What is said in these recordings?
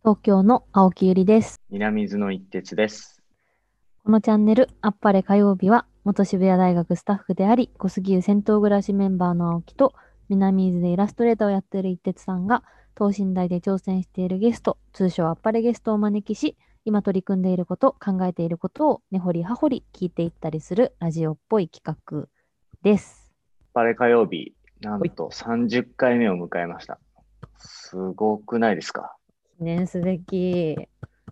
東京の青木ゆりです。 南津の一徹です。 このチャンネル、あっぱれ火曜日は、元渋谷大学スタッフであり、小杉湯銭湯暮らしメンバーの青木と、南伊豆でイラストレーターをやっている一徹さんが、等身大で挑戦しているゲスト、通称あっぱれゲストをお招きし、今取り組んでいること、考えていることを根掘り葉掘り聞いていったりするラジオっぽい企画です。 バレ火曜日、なほい。 んと30回目を迎えました。すごくないですか？ 記念すべき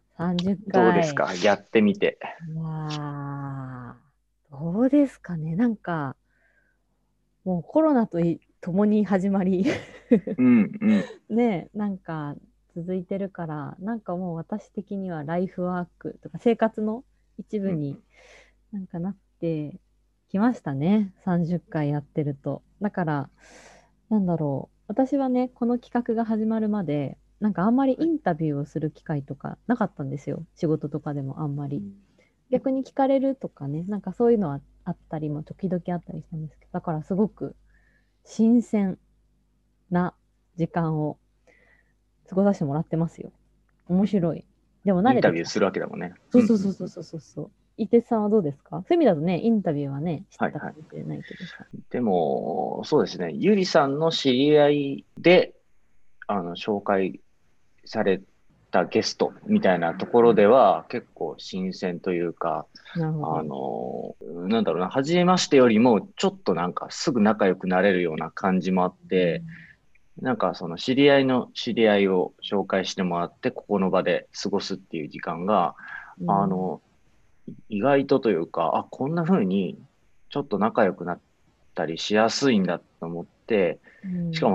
30 どうです回。 かやってみて。 いやー、どうですかね。もうコロナと共に始まりうんうん。 ね、続いてるから、もう私的にはライフワークとか生活の一部にうんなってきましたね。30回やってると。だから、私はね、この企画が始まるまで、あんまりインタビューをする機会とかなかったんですよ。仕事とかでもあんまり。逆に聞かれるとかね、そういうのはあったりも時々あったりしたんですけど、だからすごく新鮮な時間を過ごさせてもらってますよ。面白い。でも慣インれてきた。 タビューするわけだもんね。 そうそううんうん。 そうそうそうそう。伊手さんはどうですか？そういう意味だとね、インタビューはね、してはいはい。 たかもしれないけどさ。 でも、そうですね。ゆりさんの知り合いで、紹介されたゲストみたいなところでは、結構新鮮というか、 なるほど。 なんだろうな、初めましてよりも、ちょっとなんかすぐ仲良くなれるような感じもあって、なんかその知り合いの知り合いを紹介してもらって、ここの場で過ごすっていう時間が、 うん。 あの、意外とというか、あ、こんな風にちょっと仲良くなったりしやすいんだと思って、 うん。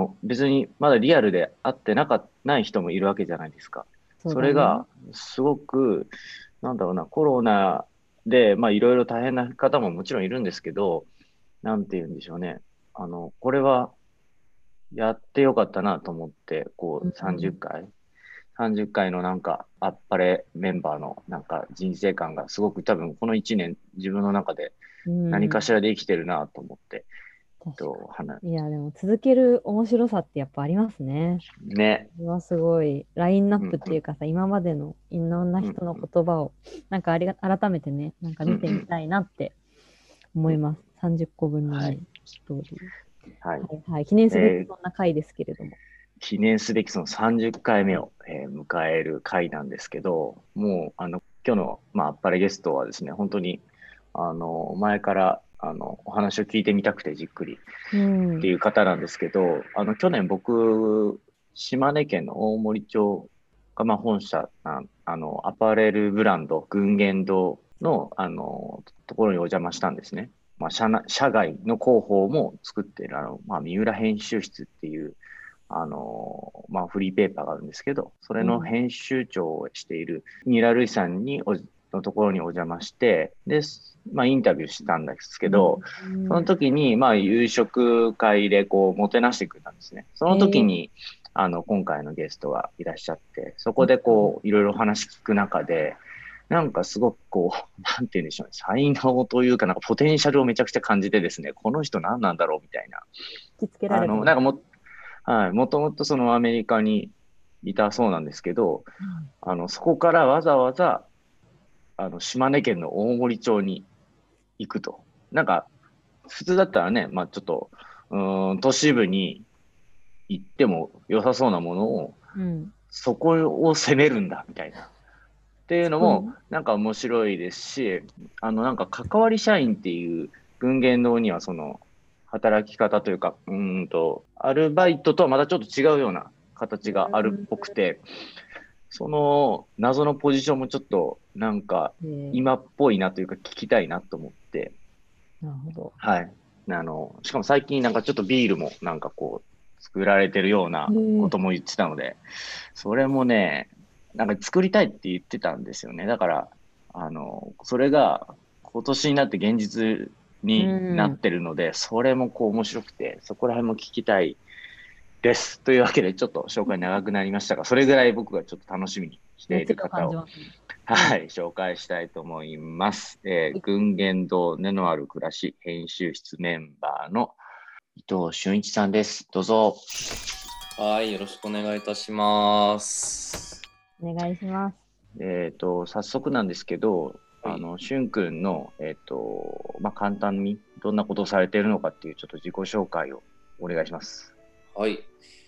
しかも別にまだリアルで会ってない人もいるわけじゃないですか。 そうだね。 それがすごく、なんだろうな、コロナで、まあいろいろ大変な方ももちろんいるんですけど、なんて言うんでしょうね。これはやってよかったなと思って、こう30 うん。 回 ?30 回のなんか、あっぱれメンバーのなんか人生観がすごく多分この1年自分の中でう何かしん。 らで生きてるなと思って、 確かと、話、 に。いや、でも続ける面白さってやっぱありますね。 ね。 これはすごい、ラインナッうんうん。 プっていうかさ、今までのいろんなうん人のうん。 言葉を、改めてね、 うんうん。 見てみたいなって思うん。 います。30個分のはい。 ね、ストーリー。 はい。 はいはい。記念すべきえーそんな回ですけれども。 記念すべきその30回目を、迎える回なんですけど、もう、今日の、まあ、あっぱれゲストはですね、本当に、前から、お話を聞いてみたくてじっくりうん。 っていう方なんですけど、去年僕、島根県の大森町が、まあ、本社、アパレルブランド、群言堂の、ところにお邪魔したんですね。まあ、社外の広報も作っている、まあ、三浦編集室っていう、まあ、フリーペーパーがあるんですけど、それのうん。 編集長をしている三浦瑠衣さんのところにお邪魔して、で、まあ、インタビューしたんですけうん。 ど、その時に、まあ、夕食会でこう、もてなしてくれたんですね。その時えに、今回のゲストがいらっしゃって、そこー、 でこう、いろいろ話聞く中で、なんかすごくこう、なんて言うんでしょうね、才能というか、なんかポテンシャルをめちゃくちゃ感じてですね、この人何なんだろうみたいな。 引きつけられたんだ。 なんかはい、もともとそのアメリカにいたそうなんですけど、 うん。 そこからわざわざ、島根県の大森町に行くと。なんか、普通だったらね、まあちょっと、都市部に行っても良さそうなものを、 うん。 そこを攻めるんだ、みたいな。っていうのも、 すごいね。 なんか面白いですし、なんか関わり社員っていう文言堂には、その、働き方というか、アルバイトとはまたちょっと違うような形があるっぽくて、その謎のポジションもちょっとなんかうん。 今っぽいなというか聞きたいなと思って、 なるほど。 はい。しかも最近なんかちょっとビールもなんかこう作られてるようなこえー、 とも言ってたので、それもね、なんか作りたいって言ってたんですよね。だから、それが今年になって現実うになっん。 てるので、それもこう面白くて、そこら辺も聞きたいです。というわけで、ちょっと紹介長くなりましたが、それぐらい僕がちょっと楽しみにしてい熱る方を、 量感じますね。うん。 はい、紹介したいと思います。群言堂根のある暮らし編集室メンバーの伊藤俊一さんです。どうぞ。 はい、よろしくお願いいたします。 お願いします。 早速なんですけど、しゅんくんの、簡単にどんなことをされているのかっていうちょっと自己紹介をお願いします。 はい。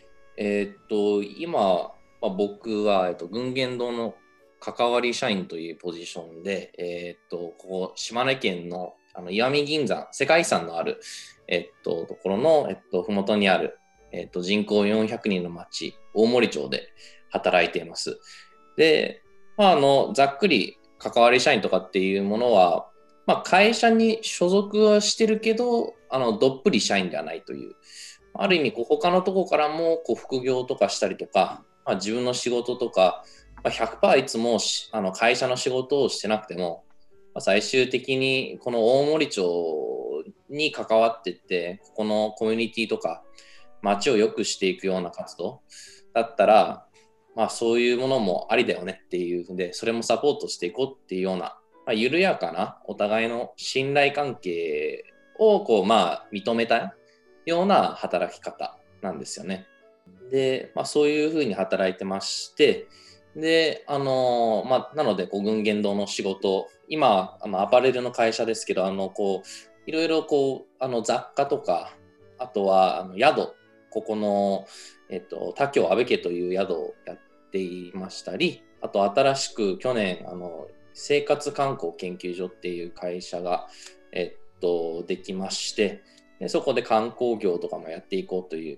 今、僕は、群言堂の関わり社員というポジションで、ここ、島根県の、石見銀山、世界遺産のある、ところの、ふもとにある、人口400人の町、大森町で働いています。で、ざっくり関わり社員とかっていうものは、会社に所属はしてるけど、どっぷり社員ではないという、ある意味他のところからも副業とかしたりとか、自分の仕事とか、100% いつも会社の仕事をしてなくても、最終的にこの大森町に関わっていって、ここのコミュニティとか街を良くしていくような活動だったら、そういうものもありだよねっていうので、それもサポートしていこうっていうような、緩やかなお互いの信頼関係を認めたような働き方なんですよね。で、そういうふうに働いてまして、で、なので、群言堂の仕事、今、アパレルの会社ですけど、いろいろ雑貨とか、あとは宿、ここの、他郷安倍家という宿をやっていましたり、あと新しく去年、生活観光研究所っていう会社が、できまして、でそこで観光業とかもやっていこうという、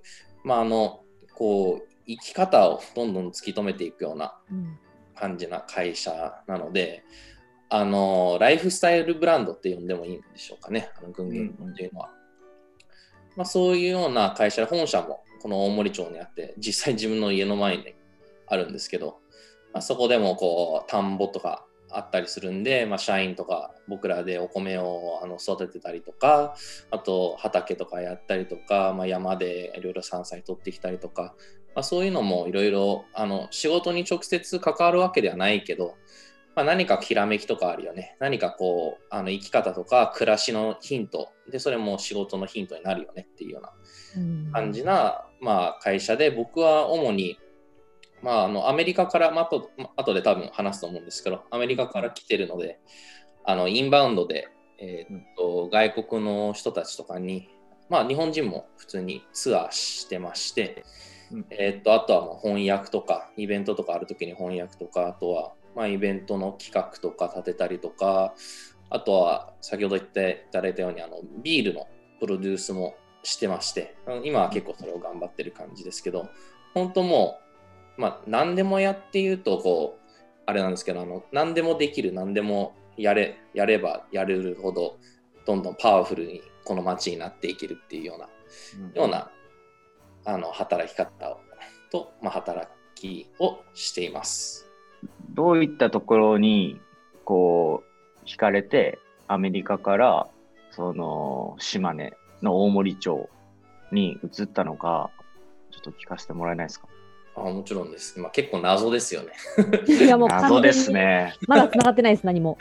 生き方をどんどん突き止めていくような感じな会社なので、ライフスタイルブランドって呼んでもいいんでしょうかね、群言堂っていうのは。そういうような会社、本社もこの大森町にあって、実際自分の家の前にあるんですけど、そこでも田んぼとかあったりするんで、社員とか僕らでお米を育ててたりとか、あと畑とかやったりとか、山でいろいろ山菜取ってきたりとか、そういうのもいろいろ仕事に直接関わるわけではないけど、何かひらめきとかあるよね。何か生き方とか暮らしのヒントで、それも仕事のヒントになるよねっていうような感じな、会社で、僕は主にアメリカから、後で多分話すと思うんですけど、アメリカから来てるので、インバウンドで、外国の人たちとかに、日本人も普通にツアーしてまして、あとはもう翻訳とか、イベントとかあるときに翻訳とか、あとはイベントの企画とか立てたりとか、あとは先ほど言っていただいたようにビールのプロデュースもしてまして、今は結構それを頑張ってる感じですけど、本当もう何でもやって言うとあれなんですけど、何でもできる、何でもやればやれるほどどんどんパワフルにこの街になっていけるっていうような働き方と、働きをしています。 どういったところに惹かれてアメリカからその島根の大森町に移ったのか、ちょっと聞かせてもらえないですか？ もちろんです。結構謎ですよね。 いやもう謎ですね。 まだ繋がってないです、何も。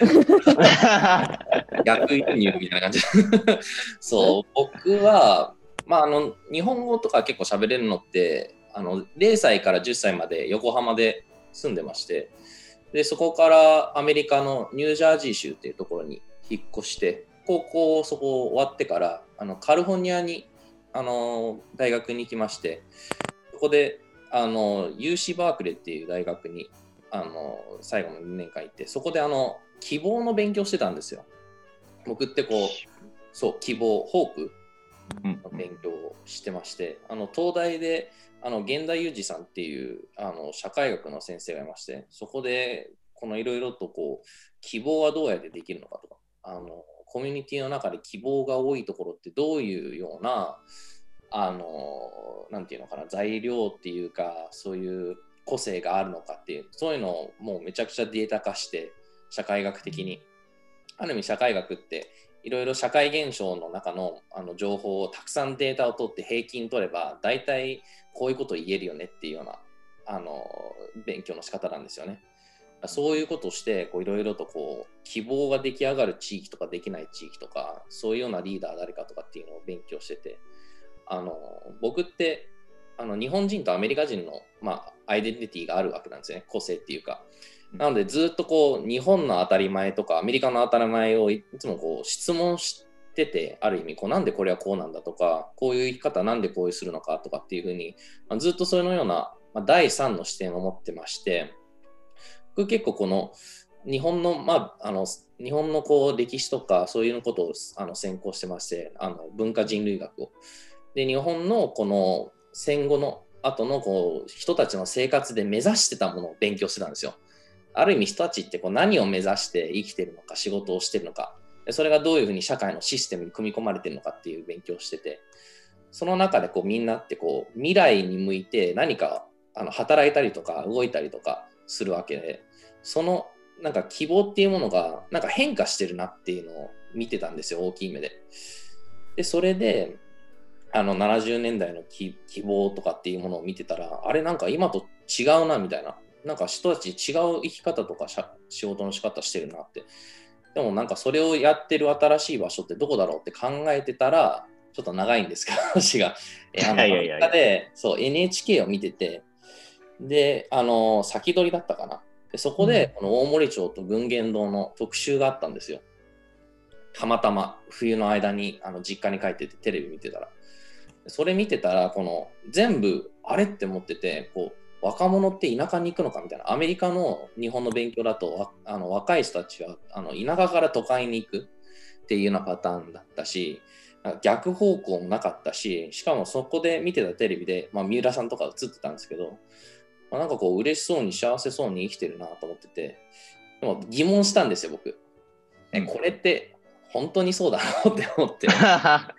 逆輸入みたいな感じ。そう、僕は、日本語とか結構喋れるのって、0歳から10歳まで横浜で住んでまして、で、そこからアメリカのニュージャージー州っていうところに引っ越して、高校そこ終わってから、カリフォルニアに、大学に行きまして、そこで、UC バークレーっていう大学に最後の2年間行って、そこで希望の勉強してたんですよ。僕ってそう希望ホープの勉強をしてまして、東大で源田裕二さんっていう社会学の先生がいまして、そこでいろいろと希望はどうやってできるのかとか、コミュニティの中で希望が多いところってどういうようななんていうのかな、材料っていうか、そういう個性があるのかっていう、そういうのをもうめちゃくちゃデータ化して、社会学的に、ある意味社会学っていろいろ社会現象の中の情報をたくさんデータを取って平均取れば、大体こういうこと言えるよねっていうような勉強の仕方なんですよね。そういうことをしていろいろと希望が出来上がる地域とかできない地域とか、そういうようなリーダー誰かとかっていうのを勉強してて、僕って日本人とアメリカ人の、 アイデンティティがあるわけなんですよね、個性っていうか。なのでずっとこう日本の当たり前とかアメリカの当たり前をいつもこう質問してて、ある意味こうなんでこれはこうなんだとか、こういう生き方なんでこういうするのかとかっていうふうに、ずっとそのような、第三の視点を持ってまして、僕結構この日本の、日本のこう歴史とかそういうことを専攻してまして、文化人類学を。で、日本のこの戦後の後のこう人たちの生活で目指してたものを勉強してたんですよ。ある意味人たちってこう何を目指して生きてるのか、仕事をしてるのか、それがどういうふうに社会のシステムに組み込まれてるのかっていう勉強をしてて、その中でこうみんなってこう未来に向いて何か働いたりとか動いたりとかするわけで、そのなんか希望っていうものがなんか変化してるなっていうのを見てたんですよ、大きい目で。で、それで70年代の希望とかっていうものを見てたら、あれなんか今と違うなみたいな、なんか人たち違う生き方とか仕事の仕方してるなって。でもなんかそれをやってる新しい場所ってどこだろうって考えてたら、ちょっと長いんですけど、話が。アメリカでそう NHK を見てて、で、先取りだったかな。でそこでこの大森町と群言堂の特集があったんですよ。たまたま冬の間に実家に帰っててテレビ見てたら。それ見てたら、この全部あれって思ってて、こう若者って田舎に行くのかみたいな。アメリカの日本の勉強だと若い人たちは田舎から都会に行くっていうようなパターンだったし、逆方向もなかったし、しかもそこで見てたテレビで、三浦さんとか映ってたんですけど、なんかこう嬉しそうに幸せそうに生きてるなと思ってて、でも疑問したんですよ僕。これって本当にそうだろうって思ってだ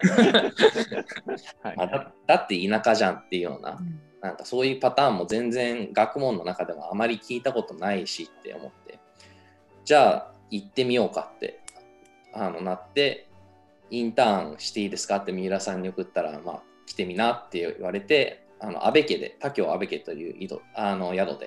って田舎じゃんっていうような、なんかそういうパターンも全然学問の中でもあまり聞いたことないしって思って、じゃあ行ってみようかってなって、インターンしていいですかって三浦さんに送ったら、来てみなって言われて、安倍家で、他郷安倍家という宿で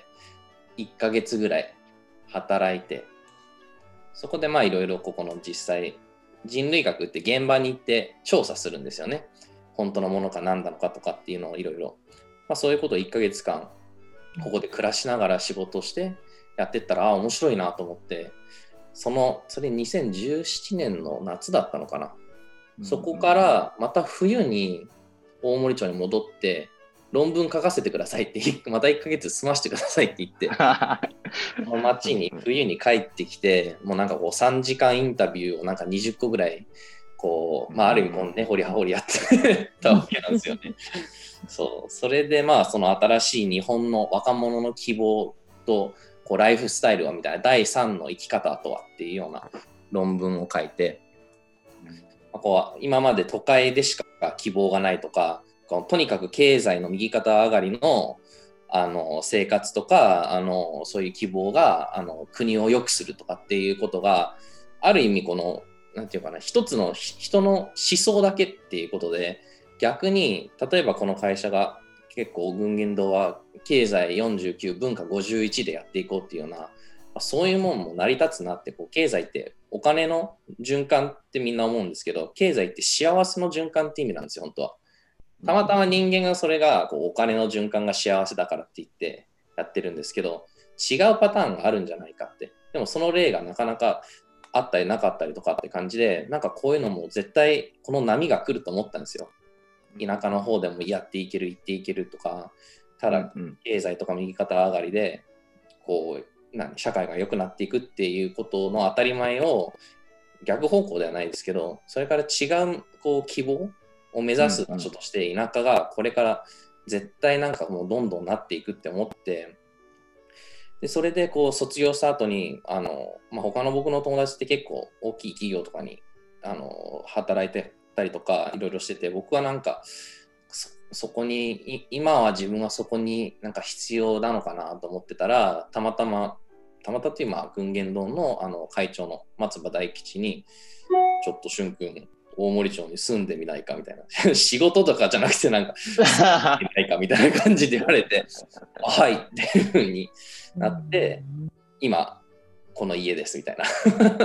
1ヶ月ぐらい働いて、そこでいろいろここの実際人類学って現場に行って調査するんですよね。本当のものか何なのかとかっていうのをいろいろ、そういうことを1ヶ月間ここで暮らしながら仕事をしてやってったら、面白いなと思って、それ2017年の夏だったのかな。そこからまた冬に大森町に戻って論文書かせてくださいってまた1ヶ月済ましてくださいって言って町に冬に帰ってきて、もうなんかこう3時間インタビューをなんか20個ぐらいこう、ある意味こうね掘り葉掘りやってたわけなんですよね。それでその新しい日本の若者の希望とこうライフスタイルはみたいな第3の生き方とはっていうような論文を書いて、こう今まで都会でしか希望がないとか、とにかく経済の右肩上がりの生活とかそういう希望が国を良くするとかっていうことがある意味このなんていうかな、一つの人の思想だけっていうことで、逆に例えばこの会社が結構群言堂は経済49文化51でやっていこうっていうような、そういうもんも成り立つなって、こう経済ってお金の循環ってみんな思うんですけど、経済って幸せの循環って意味なんですよ本当は。たまたま人間がそれがこうお金の循環が幸せだからって言ってやってるんですけど、違うパターンがあるんじゃないかって。でもその例がなかなかあったりなかったりとかって感じで、なんかこういうのも絶対この波が来ると思ったんですよ。田舎の方でもやっていける、行っていけるとか、ただ経済とか右肩上がりでこう社会が良くなっていくっていうことの当たり前を逆方向ではないですけど、それから違うこう希望を目指す場所として田舎がこれから絶対なんかもうどんどんなっていくって思って、でそれでこう卒業した後に他の僕の友達って結構大きい企業とかに働いてたりとかいろいろしてて、僕はなんかそこに今は自分はそこになんか必要なのかなと思ってたら、たまたまって今群言堂の会長の松葉大吉にちょっとしゅんくん大森町に住んでみないかみたいな仕事とかじゃなくてなんか住んでみないかみたいな感じで言われてはいっていう風になって、今この家ですみたいな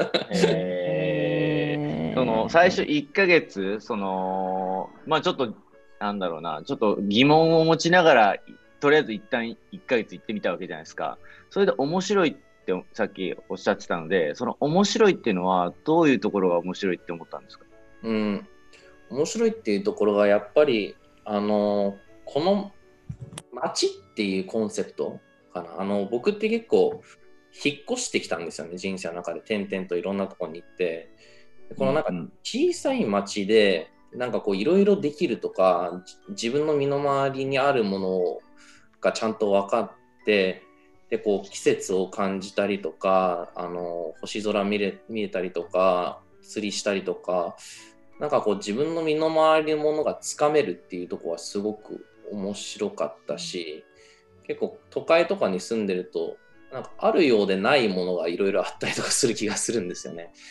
その最初1ヶ月ちょっとなんだろうな、ちょっと疑問を持ちながらとりあえず一旦1ヶ月行ってみたわけじゃないですか。それで面白いってさっきおっしゃってたので、その面白いっていうのはどういうところが面白いって思ったんですか？ 面白いっていうところがやっぱりこの街っていうコンセプトかな。僕って結構引っ越してきたんですよね、人生の中で転々といろんなところに行って、このなんか小さい街でなんかこういろいろできるとか、自分の身の回りにあるものがちゃんと分かって、でこう季節を感じたりとか、星空見れたりとか、釣りしたりとか、なんかこう自分の身の回りのものがつかめるっていうところはすごく面白かったし、結構都会とかに住んでるとなんかあるようでないものがいろいろあったりとかする気がするんですよね。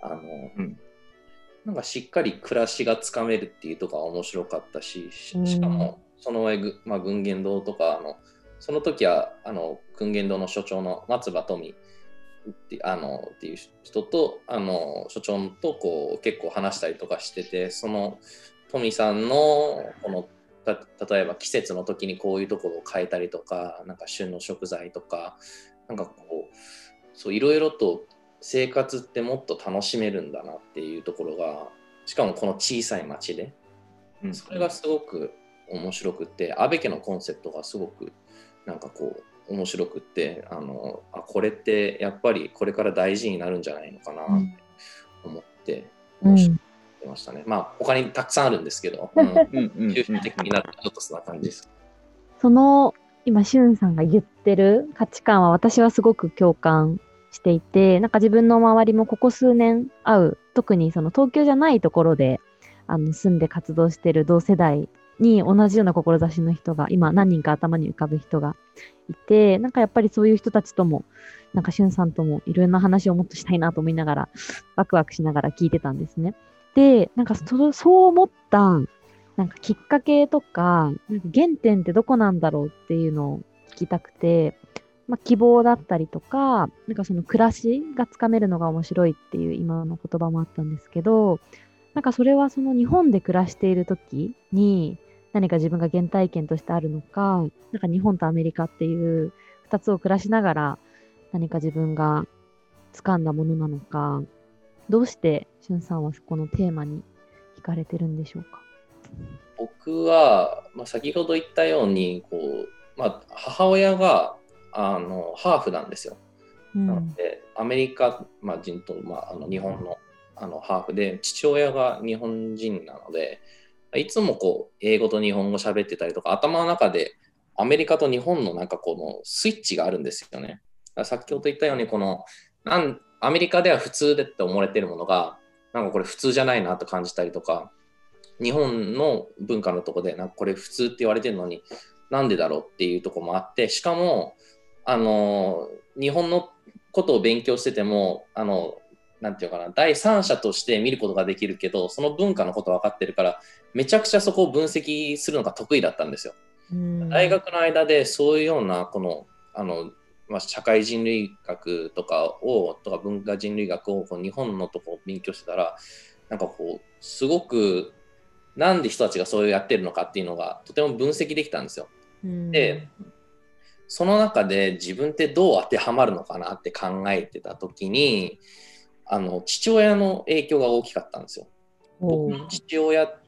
なんかしっかり暮らしがつかめるっていうところは面白かったし、しかもその上、群言堂とかその時は群言堂の所長の松葉富っていう人と所長とこう結構話したりとかしてて、その富さんのこの例えば季節の時にこういうところを変えたりとか、なんか旬の食材とか、なんかこうそういろいろと生活ってもっと楽しめるんだなっていうところが、しかもこの小さい町で、それがすごく面白くって、安倍家のコンセプトがすごくなんかこう面白くって、これってやっぱりこれから大事になるんじゃないのかなって思って面白いましたね。まあ他にたくさんあるんですけど、抽象的になるとちょっとそんな感じです。 その今しゅんさんが言ってる価値観は私はすごく共感していて、なんか自分の周りもここ数年特にその東京じゃないところで住んで活動している同世代に同じような志の人が今何人か頭に浮かぶ人がいて、なんかやっぱりそういう人たちともなんかしゅんさんともいろんな話をもっとしたいなと思いながらワクワクしながら聞いてたんですね。で、なんかそう思ったなんかきっかけとか、なんか原点ってどこなんだろうっていうのを聞きたくて、希望だったりとか、なんかその暮らしがつかめるのが面白いっていう今の言葉もあったんですけど、なんかそれはその日本で暮らしている時に何か自分が原体験としてあるのか、なんか日本とアメリカっていう二つを暮らしながら何か自分が掴んだものなのか、どうしてしゅんさんはこのテーマに惹かれてるんでしょうか？ 僕は、先ほど言ったように母親がハーフなんですよ。なのでアメリカ、人と、日本の、ハーフで、父親が日本人なので、いつもこう英語と日本語喋ってたりとか、頭の中でアメリカと日本のなんかこのスイッチがあるんですよね。先ほど言ったようにアメリカでは普通でって思われてるものがなんかこれ普通じゃないなと感じたりとか、日本の文化のとこでなんかこれ普通って言われてるのになんでだろうっていうところもあって、しかも日本のことを勉強しててもなんていうかな、第三者として見ることができるけど、その文化のこと分かってるからめちゃくちゃそこを分析するのが得意だったんですよ。大学の間でそういうようなこの社会人類学とか文化人類学を日本のとこを勉強してたら、なんかこうすごくなんで人たちがそうやってるのかっていうのがとても分析できたんですよ。で、その中で自分ってどう当てはまるのかなって考えてた時に、父親の影響が大きかったんですよ。僕の父親って、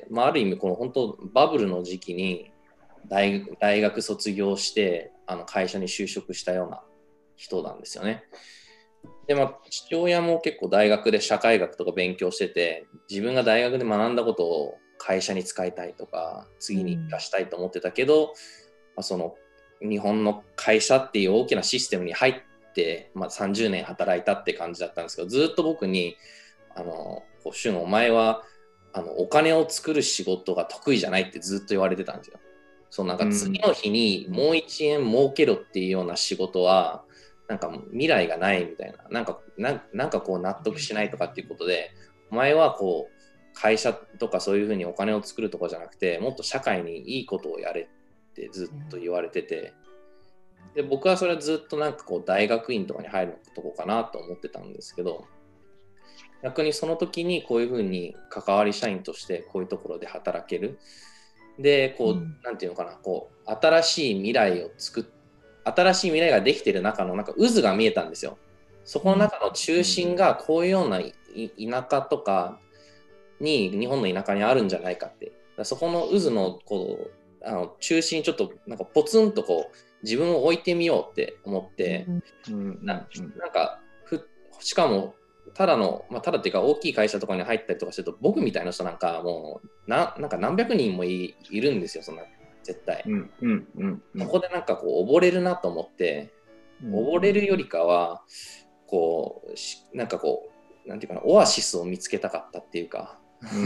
ある意味この本当バブルの時期に大学卒業して会社に就職したような人なんですよね。で、父親も結構大学で社会学とか勉強してて、自分が大学で学んだことを会社に使いたいとか次に生かしたいと思ってたけど、その日本の会社っていう大きなシステムに入って、30年働いたって感じだったんですけど、ずっと僕にシュンお前はお金を作る仕事が得意じゃないってずっと言われてたんですよ。なんか次の日にもう1円儲けろっていうような仕事はなんか未来がないみたいな、なんかこう納得しないとかっていうことで、お前はこう会社とかそういうふうにお金を作るとかじゃなくて、もっと社会にいいことをやれってずっと言われてて、で僕はそれはずっとなんかこう大学院とかに入るとこかなと思ってたんですけど、逆にその時にこういうふうに関わり社員としてこういうところで働けるで、こう、なんていうのかな、こう、新しい未来ができてる中の、なんか渦が見えたんですよ。そこの中の中心がこういうような田舎とかに、日本の田舎にあるんじゃないかって。そこの渦のこう中心にちょっとなんかポツンとこう自分を置いてみようって思って、なんかしかもただっていうか大きい会社とかに入ったりとかすると、僕みたいな人なんかもうなんか何百人もいるんですよ、そんな絶対。そこでなんかこう溺れるなと思って、溺れるよりかはこうなんかこうなんていうかな、オアシスを見つけたかったっていうか。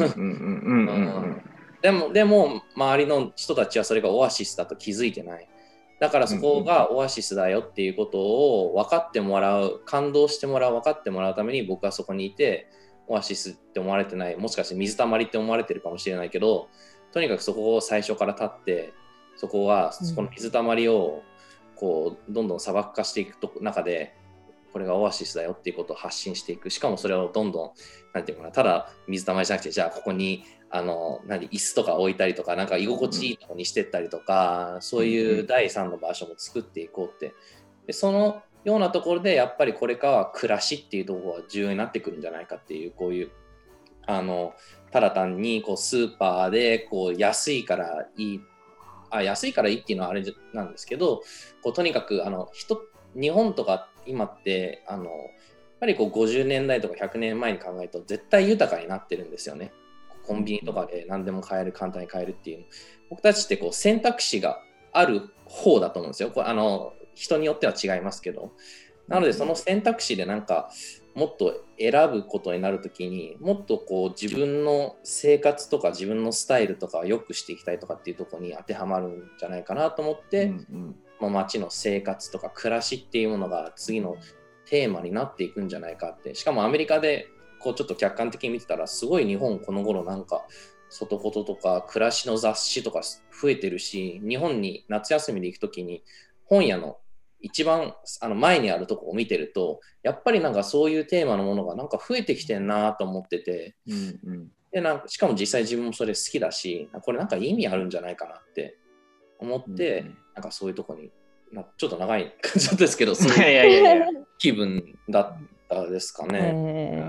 でも周りの人たちはそれがオアシスだと気づいてない。だからそこがオアシスだよっていうことを分かってもらう、感動してもらう、分かってもらうために僕はそこにいて、オアシスって思われてない、もしかして水たまりって思われてるかもしれないけど、とにかくそこを最初から立って、そこの水たまりをこうどんどん砂漠化していく中で、これがオアシスだよっていうことを発信していく。しかもそれをどんどん、なんていうかな、ただ水たまりじゃなくて、じゃあここに椅子とか置いたりとか、なんか居心地いいとこにしてったりとか、そういう第三の場所も作っていこうって。でそのようなところでやっぱりこれからは暮らしっていうところが重要になってくるんじゃないかっていう、こういうただ単にこうスーパーでこう安いからいいっていうのはあれなんですけど、こうとにかく日本とか今ってやっぱりこう50年代とか100年前に考えると絶対豊かになってるんですよね。コンビニとかで何でも買える、簡単に買えるっていう。僕たちってこう選択肢がある方だと思うんですよ。これ人によっては違いますけど。なのでその選択肢でなんかもっと選ぶことになるときに、もっとこう自分の生活とか自分のスタイルとかを良くしていきたいとかっていうところに当てはまるんじゃないかなと思って、街の生活とか暮らしっていうものが次のテーマになっていくんじゃないかって。しかもアメリカでこうちょっと客観的に見てたら、すごい日本この頃なんか外こととか暮らしの雑誌とか増えてるし、日本に夏休みで行くときに本屋の一番前にあるとこを見てると、やっぱりなんかそういうテーマのものがなんか増えてきてんなと思ってて、でなんかしかも実際自分もそれ好きだし、これなんか意味あるんじゃないかなって思って、なんかそういうとこにちょっと長い感じだったですけど、そういう気分だったですかね。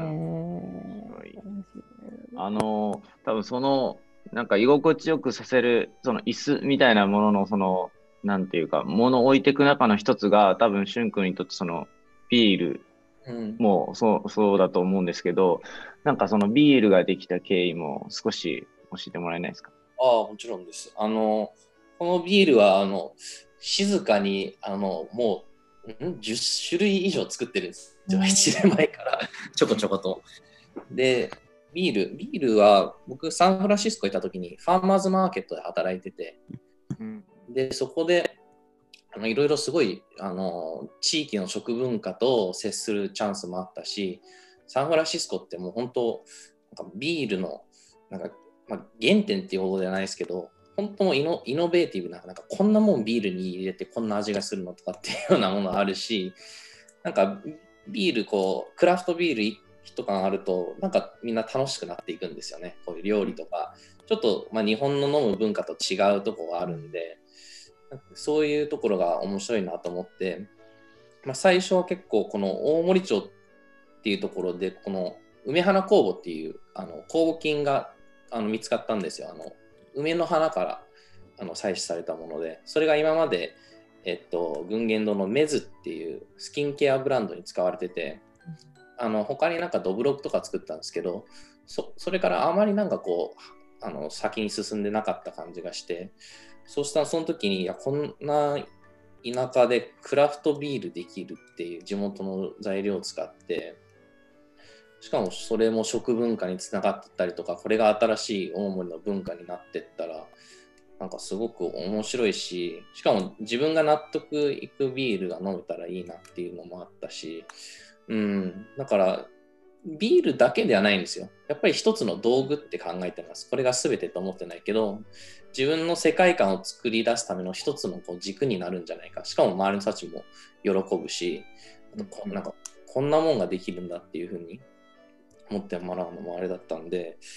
多分そのなんか居心地よくさせるその椅子みたいなもののそのなんていうか物を置いていく中の一つが多分しゅん君にとってそのビールもそうだと思うんですけど、なんかそのビールができた経緯も少し教えてもらえないですか？ もちろんです。このビールは静かにもう10種類以上作ってるんですよ。1年前からちょこちょこと。でビールは僕サンフランシスコ行った時にファーマーズマーケットで働いてて、でそこでいろいろすごい地域の食文化と接するチャンスもあったし、サンフランシスコってもう本当なんかビールのなんか、原点っていうほどじゃないですけど、本当もイノベーティブな、なんかこんなもんビールに入れてこんな味がするのとかっていうようなものあるし、なんかビールこうクラフトビール一缶あるとなんかみんな楽しくなっていくんですよね。こういう料理とかちょっと日本の飲む文化と違うところがあるんで、そういうところが面白いなと思って、最初は結構この大森町っていうところでこの梅花酵母っていう酵母菌が見つかったんですよ。梅の花から採取されたもので、それが今まで群言堂のメズっていうスキンケアブランドに使われてて、他になんかドブロックとか作ったんですけど、それからあまりなんかこう先に進んでなかった感じがして、そうしたらその時にこんな田舎でクラフトビールできるっていう地元の材料を使って、しかもそれも食文化につながってったりとか、これが新しい大森の文化になってったらなんかすごく面白いし、しかも自分が納得いくビールが飲めたらいいなっていうのもあったし、だからビールだけではないんですよ。やっぱり一つの道具って考えてます。これが全てと思ってないけど、自分の世界観を作り出すための一つのこう軸になるんじゃないか。しかも周りの人たちも喜ぶし、なんかこんなもんができるんだっていう風に思ってもらうのもあれだったんで、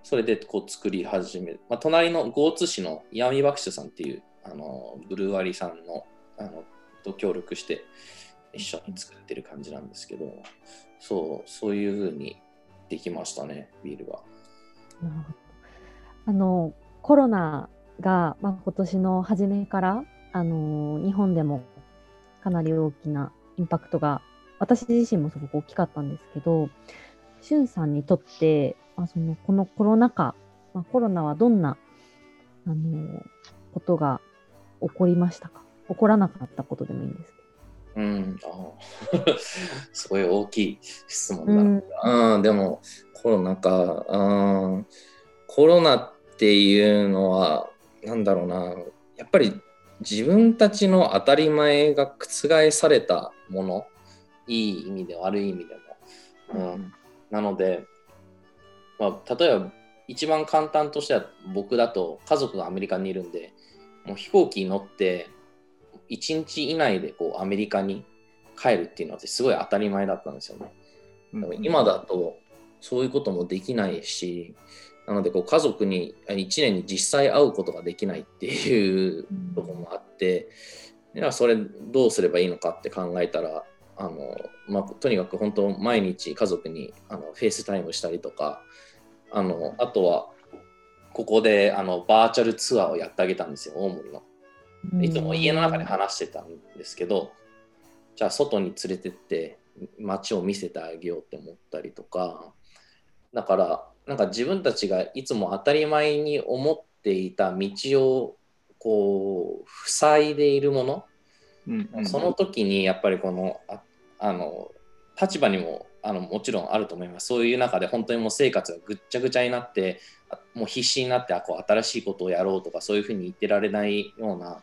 それでこう作り始める。隣の江津市の闇爆酒さんっていうブルワリーさんのと協力して一緒に作ってる感じなんですけど、そういう風にできましたね、ビールは。 コロナが、今年の初めから日本でもかなり大きなインパクトが私自身もすごく大きかったんですけど、しゅんさんにとってこのコロナ禍、コロナはどんなことが起こりましたか？起こらなかったことでもいいんですけど。 すごい大きい質問だ。でもコロナか、コロナっていうのはなんだろうな、やっぱり自分たちの当たり前が覆されたもの、いい意味で悪い意味でも、なので、例えば一番簡単としては僕だと家族がアメリカにいるんで、もう飛行機に乗って1日以内でこうアメリカに帰るっていうのはすごい当たり前だったんですよね。今だとそういうこともできないし、なのでこう家族に1年に実際会うことができないっていうところもあって、それどうすればいいのかって考えたら、とにかく本当毎日家族にフェイスタイムしたりとか、あとはここでバーチャルツアーをやってあげたんですよ、大森の。いつも家の中で話してたんですけど、じゃあ外に連れてって街を見せてあげようって思ったりとか、だからなんか自分たちがいつも当たり前に思っていた道をこう塞いでいるもの、その時にやっぱりこの立場にももちろんあると思います。そういう中で本当にもう生活がぐっちゃぐちゃになって、もう必死になってこう新しいことをやろうとかそういうふうに言ってられないような、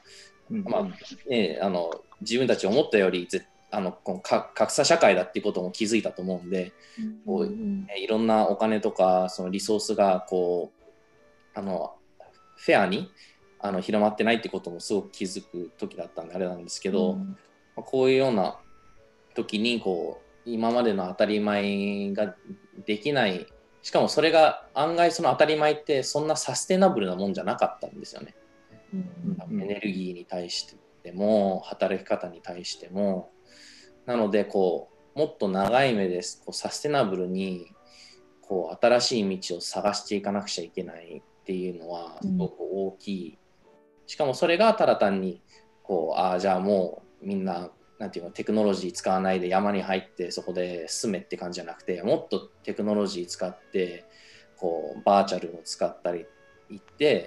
自分たち思ったよりこの格差社会だっていうことも気づいたと思うんで、こういろんなお金とかそのリソースがこうフェアに広まってないってこともすごく気づく時だったんであれなんですけど、こういうような時にこう今までの当たり前ができない、しかもそれが案外その当たり前ってそんなサステナブルなもんじゃなかったんですよね。エネルギーに対しても働き方に対しても。なのでこうもっと長い目でこうサステナブルにこう新しい道を探していかなくちゃいけないっていうのはすごく大きい。しかもそれがただ単にこうじゃあもうみんななんていうのテクノロジー使わないで山に入ってそこで住めって感じじゃなくて、もっとテクノロジー使ってこうバーチャルを使ったりいって、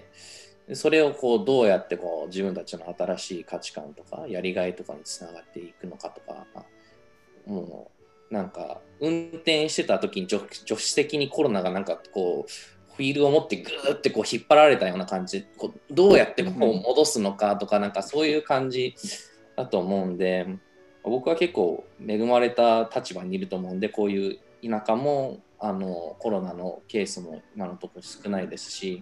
それをこうどうやってこう自分たちの新しい価値観とかやりがいとかにつながっていくのかとか、もうなんか運転してた時に助手席にコロナがなんかこうフィールを持ってグーってこう引っ張られたような感じでこうどうやってこう戻すのかとか、なんかそういう感じだと思うんで、僕は結構恵まれた立場にいると思うんで、こういう田舎もコロナのケースも今のところ少ないですし、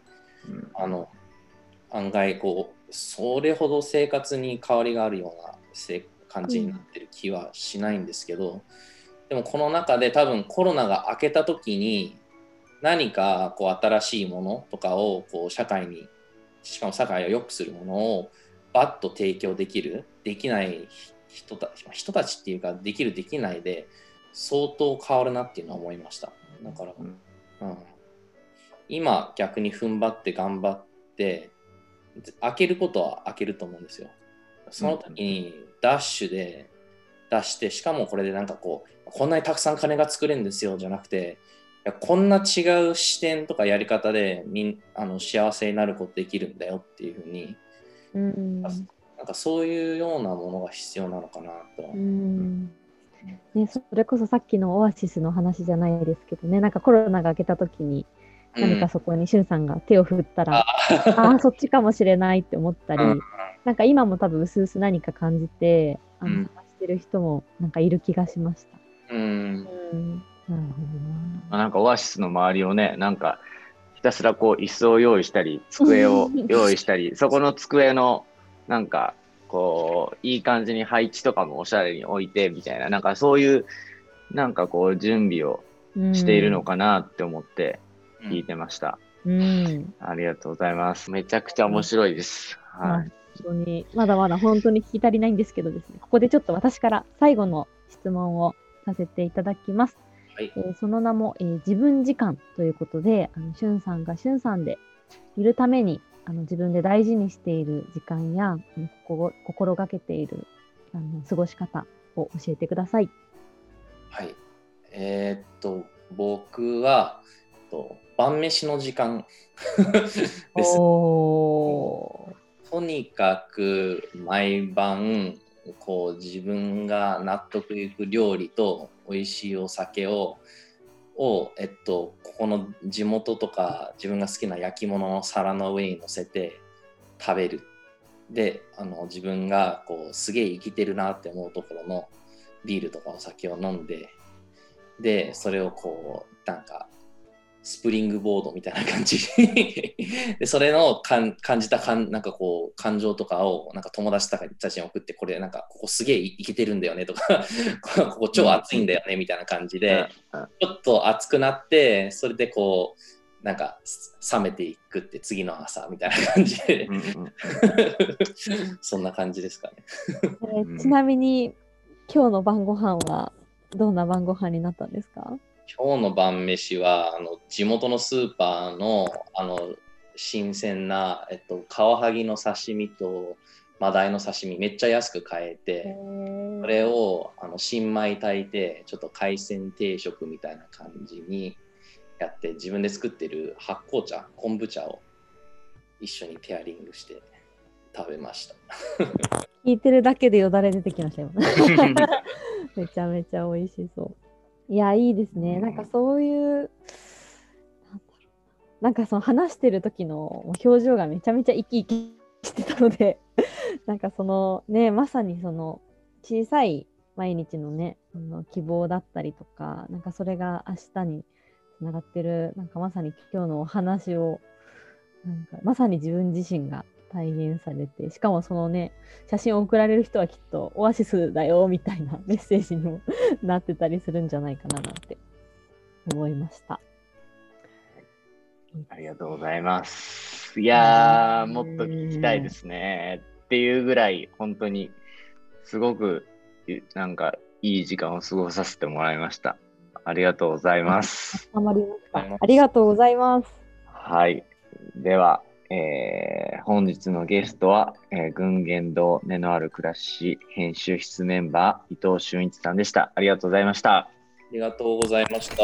案外こうそれほど生活に変わりがあるような感じになってる気はしないんですけど、でもこの中で多分コロナが明けた時に何かこう新しいものとかをこう社会に、しかも社会を良くするものをバッと提供できるできない人たちっていうか、できるできないで相当変わるなっていうのは思いました。だから、今逆に踏ん張って頑張って開けることは開けると思うんですよ。その時にダッシュで出して、しかもこれでなんかこんなにたくさん金が作れるんですよじゃなくて、いやこんな違う視点とかやり方で幸せになることできるんだよっていうふうに、なんかそういうようなものが必要なのかなと。 ね、それこそさっきのオアシスの話じゃないですけどね、なんかコロナが明けた時に何かそこにしゅんさんが手を振ったら、そっちかもしれないって思ったり、なんか今も多分うすうす何か感じて探してる人もなんかいる気がしました。なるほどな。なんかオアシスの周りをね、なんかひたすらこう椅子を用意したり机を用意したりそこの机のなんかこういい感じに配置とかもおしゃれに置いてみたいな、なんかそういうなんかこう準備をしているのかなって思って、 聞いてました。 うん。 ありがとうございます。めちゃくちゃ面白いです。はい。 本当に、まだまだ本当に聞き足りないんですけどですね、ここでちょっと私から最後の質問をさせていただきます。 はい。 その名も、自分時間ということで、しゅんさんがしゅんさんでいるために、自分で大事にしている時間や、心がけている過ごし方を教えてください。 はい。僕は、晩飯の時間です。 おとにかく毎晩こう自分が納得いく料理と美味しいお酒をここの地元とか自分が好きな焼き物の皿の上に乗せて食べる。で自分がこうすげえ生きてるなって思うところのビールとかお酒を飲んで、でそれをこうなんかスプリングボードみたいな感じでそれの感じたなんかこう感情とかをなんか友達とかに写真送って、これなんかここすげえイケてるんだよねとかここ超熱いんだよねみたいな感じで、ちょっと熱くなって、それでこうなんか冷めていくって次の朝みたいな感じでそんな感じですかね。 ちなみに今日の晩ご飯はどんな晩ご飯になったんですか？ 今日の晩飯は地元のスーパーの新鮮な、カワハギの刺身とマダイの刺身めっちゃ安く買えて、それを新米炊いてちょっと海鮮定食みたいな感じにやって、自分で作ってる発酵茶、昆布茶を一緒にペアリングして食べました聞いてるだけでよだれ出てきましたよめちゃめちゃ美味しそう。いや、いいですね。なんかそういう、なんかその話してる時の表情がめちゃめちゃ生き生きしてたのでなんかそのね、まさにその小さい毎日のね、希望だったりとか、なんかそれが明日につながってる、なんかまさに今日のお話を、なんかまさに自分自身が体現されて、しかもそのね、写真を送られる人はきっとオアシスだよみたいなメッセージにもなってたりするんじゃないかななんて思いました。 ありがとうございます。いやー、もっと聞きたいですね。っていうぐらい、本当にすごくなんかいい時間を過ごさせてもらいました。ありがとうございます。 ありがとうございます。 はい。では、本日のゲストは、群言堂根のある暮らし編集室メンバー伊藤俊一さんでした。ありがとうございました。 ありがとうございました。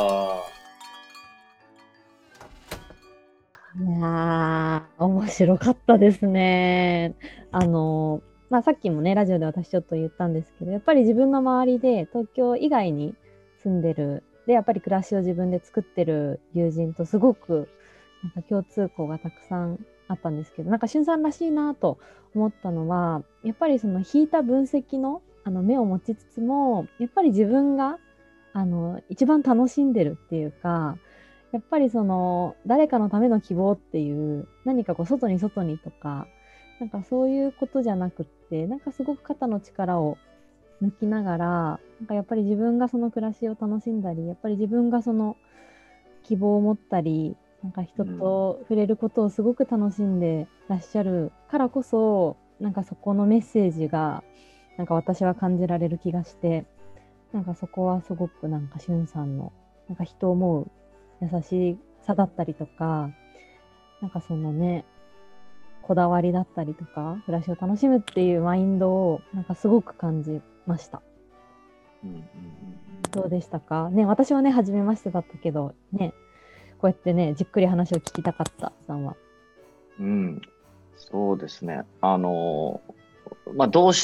いやー、面白かったですね。まあ、さっきもね、ラジオで私ちょっと言ったんですけど、やっぱり自分の周りで東京以外に住んでる、で、やっぱり暮らしを自分で作ってる友人とすごくなんか共通項がたくさんあったんですけど、なんかしゅんさんらしいなと思ったのは、やっぱりその引いた分析の目を持ちつつも、やっぱり自分が一番楽しんでるっていうか、やっぱりその誰かのための希望っていう何かこう外にとかなんかそういうことじゃなくって、なんかすごく肩の力を抜きながら、なんかやっぱり自分がその暮らしを楽しんだり、やっぱり自分がその希望を持ったり、なんか人と触れることをすごく楽しんでらっしゃるからこそ、なんかそこのメッセージがなんか私は感じられる気がして、なんかそこはすごくなんかしゅんさんのなんか人を思う優しさだったりとか、なんかそのね、こだわりだったりとか、暮らしを楽しむっていうマインドをなんかすごく感じました。どうでしたかね。私はね、初めましてだったけど、ね、こうやってね、じっくり話を聞きたかったさんは。 うん、そうですね。まあ、どうして、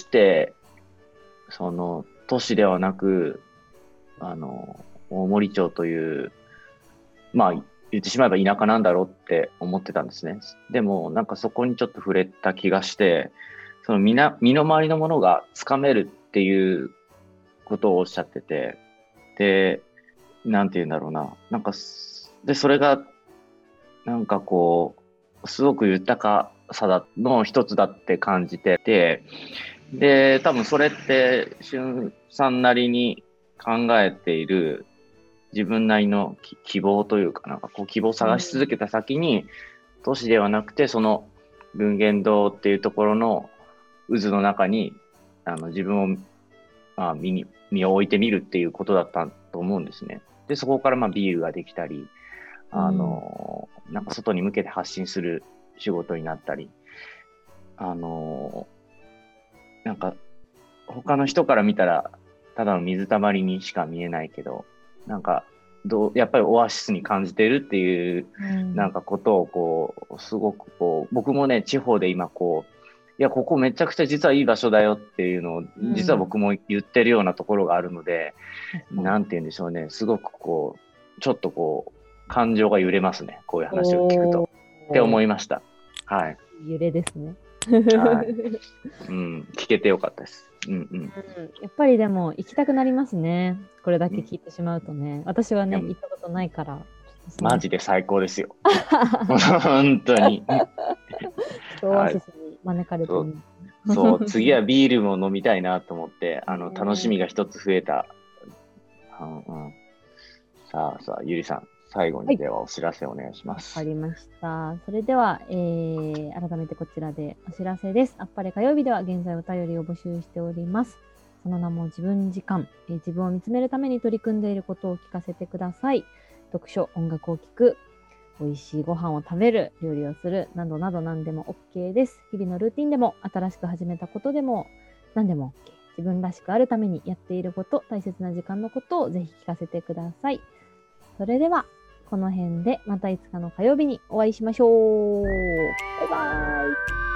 その、都市ではなく、大森町という、まあ、言ってしまえば田舎なんだろうって思ってたんですね。でも、なんかそこにちょっと触れた気がして、その身の回りのものがつかめるっていうことをおっしゃってて、で、なんて言うんだろうな。なんか、で、それが、なんかこう、すごく豊かさの一つだって感じてて、で、多分それって、しゅんさんなりに考えている、 自分なりの希望というか、なんかこう希望を探し続けた先に、都市ではなくて、その群言堂っていうところの渦の中に、自分を、身を置いてみるっていうことだったと思うんですね。で、そこからビールができたり、なんか外に向けて発信する仕事になったり、なんか他の人から見たらただの水たまりにしか見えないけど、なんかやっぱりオアシスに感じてるっていう、なんかことをこうすごくこう僕もね地方で今こういやここめちゃくちゃ実はいい場所だよっていうのを実は僕も言ってるようなところがあるので、なんて言うんでしょうね、すごくこうちょっとこう感情が揺れますね、こういう話を聞くとって思いました。はい。 揺れですね。 はい。聞けてよかったです。 やっぱりでも行きたくなりますね。これだけ聞いてしまうとね。私はね、行ったことないから。 マジで最高ですよ。本当に。 オアシスに招かれてる。 そう、次はビールも飲みたいなと思って、楽しみが一つ増えた。さあ、ゆりさん、最後にではお知らせお願いします。 わかりました。それでは、改めてこちらでお知らせです。あっぱれ火曜日では現在お便りを募集しております。その名も自分時間、自分を見つめるために取り組んでいることを聞かせてください。読書、音楽を聴く、美味しいご飯を食べる、料理をする、などなど何でも OK です。日々のルーティンでも、新しく始めたことでも、何でも OK。自分らしくあるためにやっていること、大切な時間のことをぜひ聞かせてください。それでは、この辺でまたいつかの火曜日にお会いしましょう。バイバイ。